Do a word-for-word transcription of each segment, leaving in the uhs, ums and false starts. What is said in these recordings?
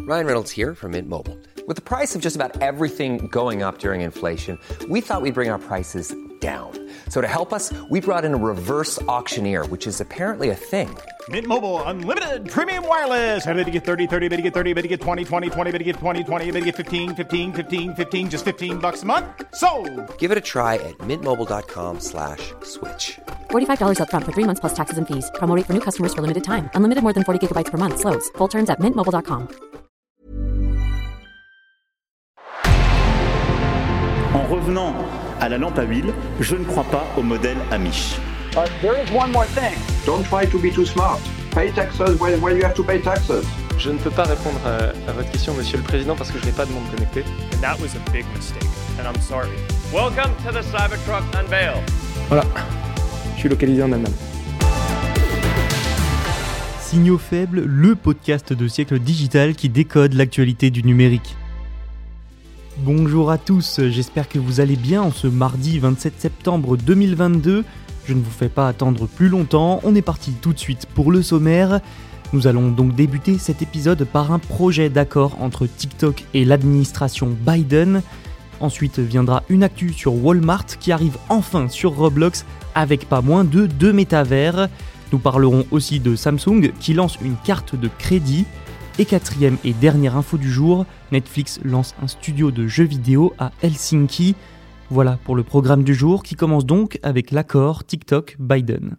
Ryan Reynolds here from Mint Mobile. With the price of just about everything going up during inflation, we thought we'd bring our prices down. So to help us, we brought in a reverse auctioneer, which is apparently a thing. Mint Mobile Unlimited Premium Wireless. How to get thirty, thirty, how to get thirty, how to get twenty, twenty, twenty, how to get twenty, twenty, how to get fifteen, fifteen, fifteen, fifteen, just fifteen bucks a month? Sold! Give it a try at mintmobile.com slash switch. forty-five dollars up front for three months plus taxes and fees. Promo rate for new customers for limited time. Unlimited more than forty gigabytes per month. Slows full terms at mint mobile dot com. En revenant à la lampe à huile, je ne crois pas au modèle Amish. Uh, there is one more thing. Don't try to be too smart. Pay taxes when, when you have to pay taxes. Je ne peux pas répondre à, à votre question, Monsieur le Président, parce que je n'ai pas de monde connecté. And that was a big mistake, and I'm sorry. Welcome to the Cybertruck Unveil. Voilà, je suis localisé en Allemagne. Signaux faibles, le podcast de Siècle Digital qui décode l'actualité du numérique. Bonjour à tous, j'espère que vous allez bien en ce mardi vingt-sept septembre deux mille vingt-deux. Je ne vous fais pas attendre plus longtemps, on est parti tout de suite pour le sommaire. Nous allons donc débuter cet épisode par un projet d'accord entre TikTok et l'administration Biden. Ensuite viendra une actu sur Walmart qui arrive enfin sur Roblox avec pas moins de deux métavers. Nous parlerons aussi de Samsung qui lance une carte de crédit. Et quatrième et dernière info du jour, Netflix lance un studio de jeux vidéo à Helsinki. Voilà pour le programme du jour qui commence donc avec l'accord TikTok-Biden.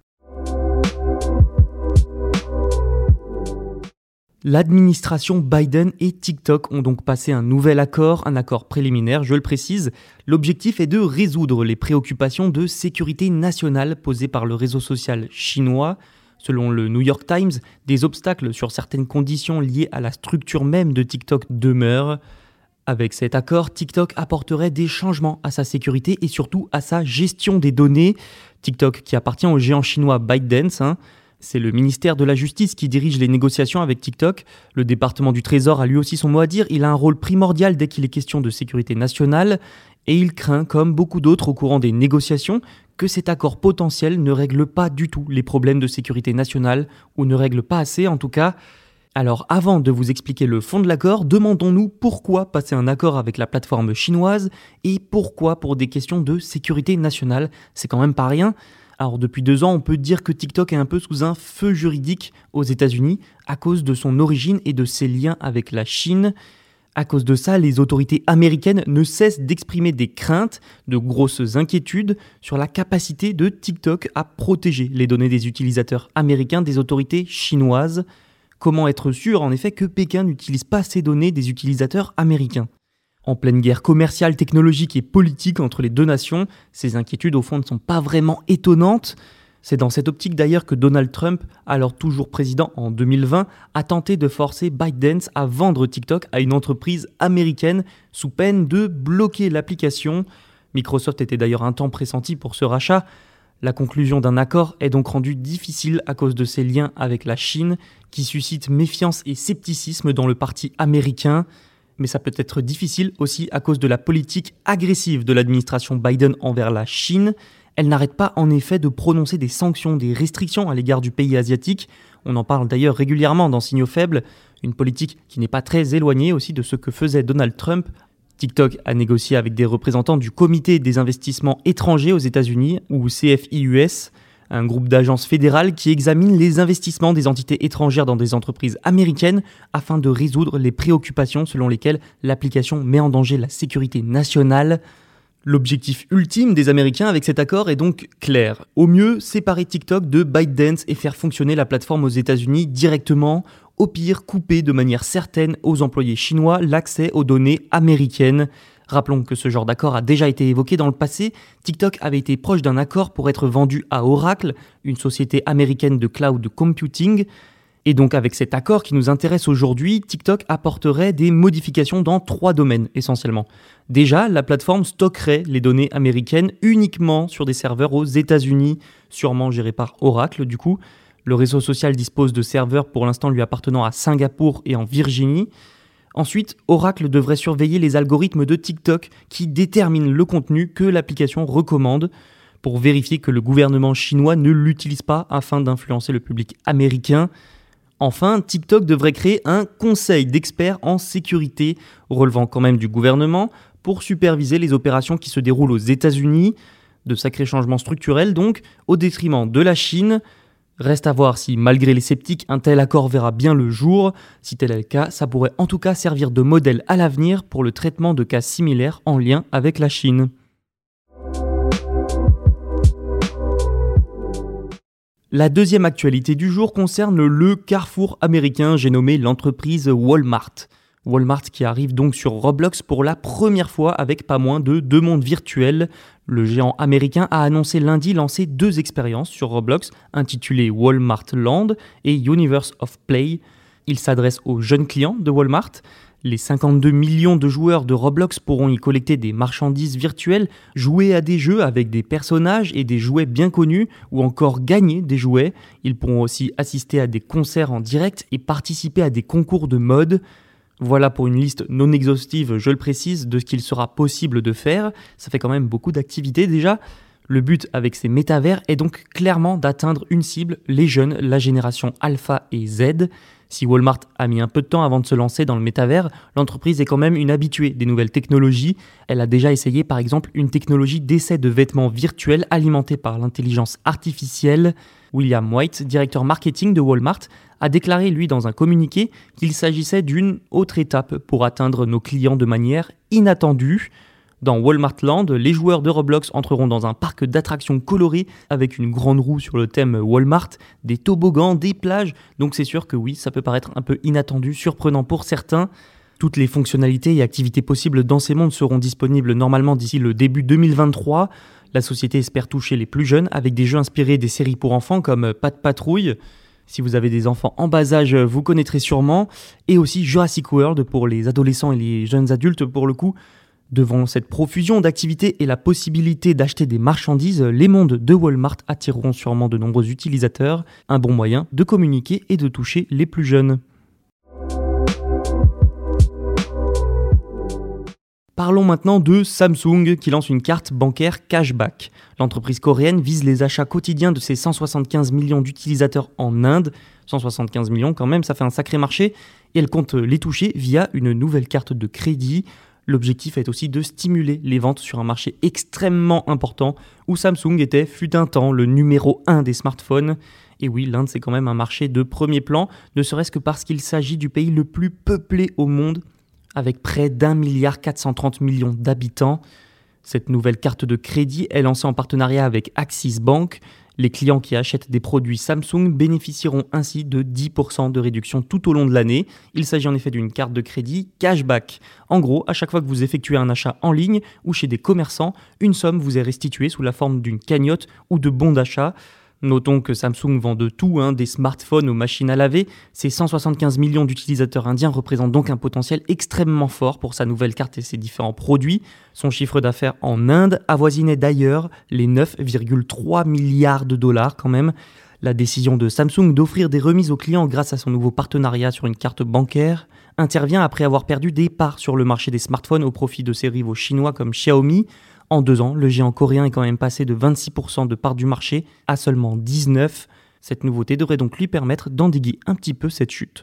L'administration Biden et TikTok ont donc passé un nouvel accord, un accord préliminaire, je le précise. L'objectif est de résoudre les préoccupations de sécurité nationale posées par le réseau social chinois. Selon le New York Times, des obstacles sur certaines conditions liées à la structure même de TikTok demeurent. Avec cet accord, TikTok apporterait des changements à sa sécurité et surtout à sa gestion des données. TikTok qui appartient au géant chinois ByteDance, hein. C'est le ministère de la Justice qui dirige les négociations avec TikTok. Le département du Trésor a lui aussi son mot à dire. Il a un rôle primordial dès qu'il est question de sécurité nationale. Et il craint, comme beaucoup d'autres au courant des négociations, que cet accord potentiel ne règle pas du tout les problèmes de sécurité nationale, ou ne règle pas assez en tout cas. Alors avant de vous expliquer le fond de l'accord, demandons-nous pourquoi passer un accord avec la plateforme chinoise et pourquoi pour des questions de sécurité nationale. C'est quand même pas rien. Alors depuis deux ans, on peut dire que TikTok est un peu sous un feu juridique aux États-Unis à cause de son origine et de ses liens avec la Chine. À cause de ça, les autorités américaines ne cessent d'exprimer des craintes, de grosses inquiétudes sur la capacité de TikTok à protéger les données des utilisateurs américains des autorités chinoises. Comment être sûr, en effet, que Pékin n'utilise pas ces données des utilisateurs américains ? En pleine guerre commerciale, technologique et politique entre les deux nations, ces inquiétudes au fond ne sont pas vraiment étonnantes. C'est dans cette optique d'ailleurs que Donald Trump, alors toujours président en deux mille vingt, a tenté de forcer ByteDance à vendre TikTok à une entreprise américaine sous peine de bloquer l'application. Microsoft était d'ailleurs un temps pressenti pour ce rachat. La conclusion d'un accord est donc rendue difficile à cause de ses liens avec la Chine, qui suscite méfiance et scepticisme dans le parti américain. Mais ça peut être difficile aussi à cause de la politique agressive de l'administration Biden envers la Chine. Elle n'arrête pas en effet de prononcer des sanctions, des restrictions à l'égard du pays asiatique. On en parle d'ailleurs régulièrement dans Signaux faibles, une politique qui n'est pas très éloignée aussi de ce que faisait Donald Trump. TikTok a négocié avec des représentants du Comité des investissements étrangers aux États-Unis, ou C F I U S, un groupe d'agences fédérales qui examine les investissements des entités étrangères dans des entreprises américaines afin de résoudre les préoccupations selon lesquelles l'application met en danger la sécurité nationale. L'objectif ultime des Américains avec cet accord est donc clair. Au mieux, séparer TikTok de ByteDance et faire fonctionner la plateforme aux États-Unis directement. Au pire, couper de manière certaine aux employés chinois l'accès aux données américaines. Rappelons que ce genre d'accord a déjà été évoqué dans le passé. TikTok avait été proche d'un accord pour être vendu à Oracle, une société américaine de cloud computing. Et donc avec cet accord qui nous intéresse aujourd'hui, TikTok apporterait des modifications dans trois domaines essentiellement. Déjà, la plateforme stockerait les données américaines uniquement sur des serveurs aux États-Unis, sûrement gérés par Oracle du coup. Le réseau social dispose de serveurs pour l'instant lui appartenant à Singapour et en Virginie. Ensuite, Oracle devrait surveiller les algorithmes de TikTok qui déterminent le contenu que l'application recommande pour vérifier que le gouvernement chinois ne l'utilise pas afin d'influencer le public américain. Enfin, TikTok devrait créer un conseil d'experts en sécurité, relevant quand même du gouvernement, pour superviser les opérations qui se déroulent aux États-Unis. De sacrés changements structurels donc, au détriment de la Chine. Reste à voir si, malgré les sceptiques, un tel accord verra bien le jour. Si tel est le cas, ça pourrait en tout cas servir de modèle à l'avenir pour le traitement de cas similaires en lien avec la Chine. La deuxième actualité du jour concerne le carrefour américain, j'ai nommé l'entreprise Walmart. Walmart qui arrive donc sur Roblox pour la première fois avec pas moins de deux mondes virtuels. Le géant américain a annoncé lundi lancer deux expériences sur Roblox intitulées Walmart Land et Universe of Play. Il s'adresse aux jeunes clients de Walmart. Les cinquante-deux millions de joueurs de Roblox pourront y collecter des marchandises virtuelles, jouer à des jeux avec des personnages et des jouets bien connus ou encore gagner des jouets. Ils pourront aussi assister à des concerts en direct et participer à des concours de mode. Voilà pour une liste non exhaustive, je le précise, de ce qu'il sera possible de faire. Ça fait quand même beaucoup d'activités déjà. Le but avec ces métavers est donc clairement d'atteindre une cible, les jeunes, la génération Alpha et Z. Si Walmart a mis un peu de temps avant de se lancer dans le métavers, l'entreprise est quand même une habituée des nouvelles technologies. Elle a déjà essayé par exemple une technologie d'essai de vêtements virtuels alimentée par l'intelligence artificielle. William White, directeur marketing de Walmart, a déclaré lui dans un communiqué qu'il s'agissait d'une autre étape pour atteindre nos clients de manière inattendue. Dans Walmart Land, les joueurs de Roblox entreront dans un parc d'attractions colorées avec une grande roue sur le thème Walmart, des toboggans, des plages. Donc c'est sûr que oui, ça peut paraître un peu inattendu, surprenant pour certains. Toutes les fonctionnalités et activités possibles dans ces mondes seront disponibles normalement d'ici le début deux mille vingt-trois. La société espère toucher les plus jeunes avec des jeux inspirés des séries pour enfants comme Pat' Patrouille. Si vous avez des enfants en bas âge, vous connaîtrez sûrement. Et aussi Jurassic World pour les adolescents et les jeunes adultes pour le coup. Devant cette profusion d'activités et la possibilité d'acheter des marchandises, les mondes de Walmart attireront sûrement de nombreux utilisateurs. Un bon moyen de communiquer et de toucher les plus jeunes. Parlons maintenant de Samsung qui lance une carte bancaire cashback. L'entreprise coréenne vise les achats quotidiens de ses cent soixante-quinze millions d'utilisateurs en Inde. cent soixante-quinze millions quand même, ça fait un sacré marché. Et elle compte les toucher via une nouvelle carte de crédit. L'objectif est aussi de stimuler les ventes sur un marché extrêmement important où Samsung était, fut un temps, le numéro un des smartphones. Et oui, l'Inde c'est quand même un marché de premier plan, ne serait-ce que parce qu'il s'agit du pays le plus peuplé au monde, avec près d'un milliard quatre cent trente millions d'habitants. Cette nouvelle carte de crédit est lancée en partenariat avec Axis Bank. Les clients qui achètent des produits Samsung bénéficieront ainsi de dix pour cent de réduction tout au long de l'année. Il s'agit en effet d'une carte de crédit cashback. En gros, à chaque fois que vous effectuez un achat en ligne ou chez des commerçants, une somme vous est restituée sous la forme d'une cagnotte ou de bons d'achat. Notons que Samsung vend de tout, hein, des smartphones aux machines à laver. Ses cent soixante-quinze millions d'utilisateurs indiens représentent donc un potentiel extrêmement fort pour sa nouvelle carte et ses différents produits. Son chiffre d'affaires en Inde avoisinait d'ailleurs les neuf virgule trois milliards de dollars quand même. La décision de Samsung d'offrir des remises aux clients grâce à son nouveau partenariat sur une carte bancaire intervient après avoir perdu des parts sur le marché des smartphones au profit de ses rivaux chinois comme Xiaomi. En deux ans, le géant coréen est quand même passé de vingt-six pour cent de part du marché à seulement dix-neuf pour cent. Cette nouveauté devrait donc lui permettre d'endiguer un petit peu cette chute.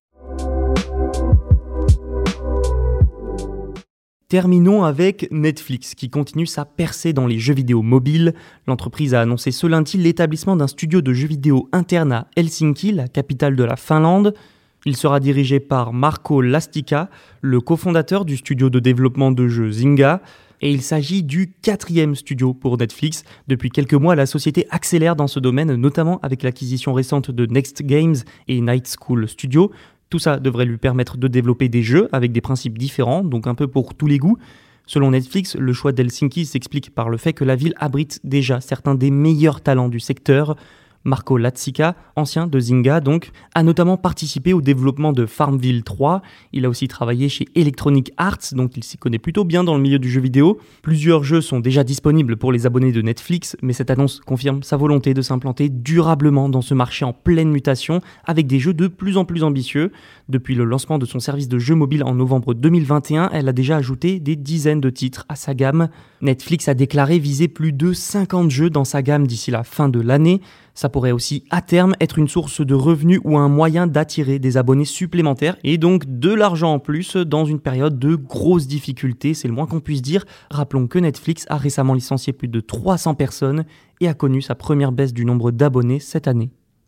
Terminons avec Netflix qui continue sa percée dans les jeux vidéo mobiles. L'entreprise a annoncé ce lundi l'établissement d'un studio de jeux vidéo interne à Helsinki, la capitale de la Finlande. Il sera dirigé par Marco Lastica, le cofondateur du studio de développement de jeux Zynga. Et il s'agit du quatrième studio pour Netflix. Depuis quelques mois, la société accélère dans ce domaine, notamment avec l'acquisition récente de Next Games et Night School Studio. Tout ça devrait lui permettre de développer des jeux avec des principes différents, donc un peu pour tous les goûts. Selon Netflix, le choix d'Helsinki s'explique par le fait que la ville abrite déjà certains des meilleurs talents du secteur. Marco Lastica, ancien de Zynga donc, a notamment participé au développement de Farmville trois. Il a aussi travaillé chez Electronic Arts, donc il s'y connaît plutôt bien dans le milieu du jeu vidéo. Plusieurs jeux sont déjà disponibles pour les abonnés de Netflix, mais cette annonce confirme sa volonté de s'implanter durablement dans ce marché en pleine mutation, avec des jeux de plus en plus ambitieux. Depuis le lancement de son service de jeux mobile en novembre deux mille vingt et un, elle a déjà ajouté des dizaines de titres à sa gamme. Netflix a déclaré viser plus de cinquante jeux dans sa gamme d'ici la fin de l'année. Ça pourrait aussi à terme être une source de revenus ou un moyen d'attirer des abonnés supplémentaires et donc de l'argent en plus dans une période de grosses difficultés, c'est le moins qu'on puisse dire. Rappelons que Netflix a récemment licencié plus de trois cents personnes et a connu sa première baisse du nombre d'abonnés cette année.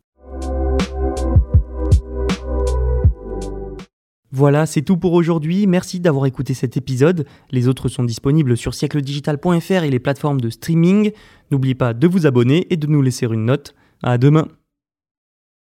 Voilà, c'est tout pour aujourd'hui. Merci d'avoir écouté cet épisode. Les autres sont disponibles sur siècle digital point f r et les plateformes de streaming. N'oubliez pas de vous abonner et de nous laisser une note. À demain.